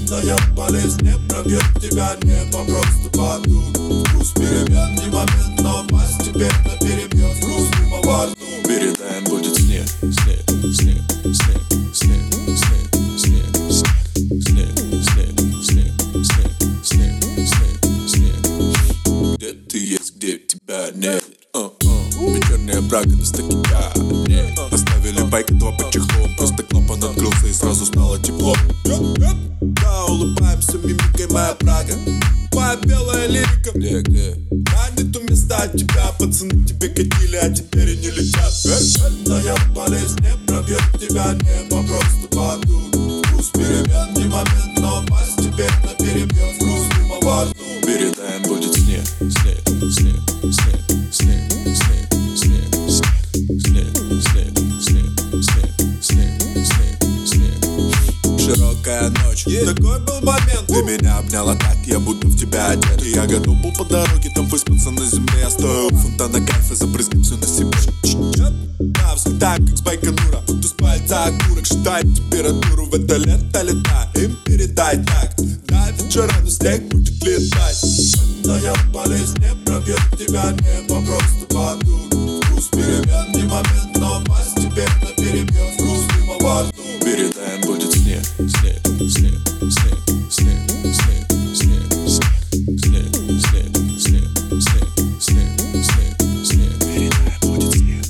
Бесценная болезнь не пробьет тебя, небо просто падут. Вкус перемен, не момент, но постепенно перебьет вкус дыма во рту. Передаем, будет снег, снег, снег, снег, снег, снег, снег, снег, снег, снег, снег, снег, снег, снег. Где ты есть, где тебя нет? Вечерняя брага на стакия. Оставили байк, два по чехлам. Просто клапан открылся и сразу стало тепло. Да, улыбаемся мимикой, моя Прага, моя белая лирика. Где? Да, нету места от тебя, пацаны тебе катили, а теперь и не летят. Бесценная болезнь не пробьет тебя, небо просто падут. Вкус перемен, не момент, но постепенно перебьет вкус дыма во рту. Передаем, будет снег, снег, снег, снег, снег, снег, снег, снег, снег, снег, снег, снег, снег, снег. Широкая ночь, такой был момент. Ты меня обняла так, я будто в тебя одет. И я готов был по дороге там выспаться на земле. Я стою у фонтана кайфа, забрызгать все на себе. Да, взлетаем, как с Байконура. Будто с пальца окурок, считай температуру. В это лето летай, им передай так. Да, вечера, но снег будет летать. Бесценная болезнь не пробьет тебя, небо просто падут. Вкус перемен, не момент, но постепенно перебьет вкус дыма во рту. Передаем, будет снег, снег, снег, снег, снег, снег, снег, снег, снег, снег, снег, снег, снег, снег. Передаем, будет снег.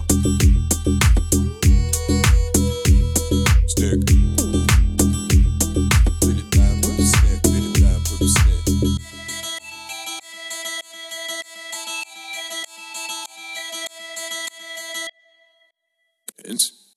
Снег. Передаем, будет снег, передаем, будет снег.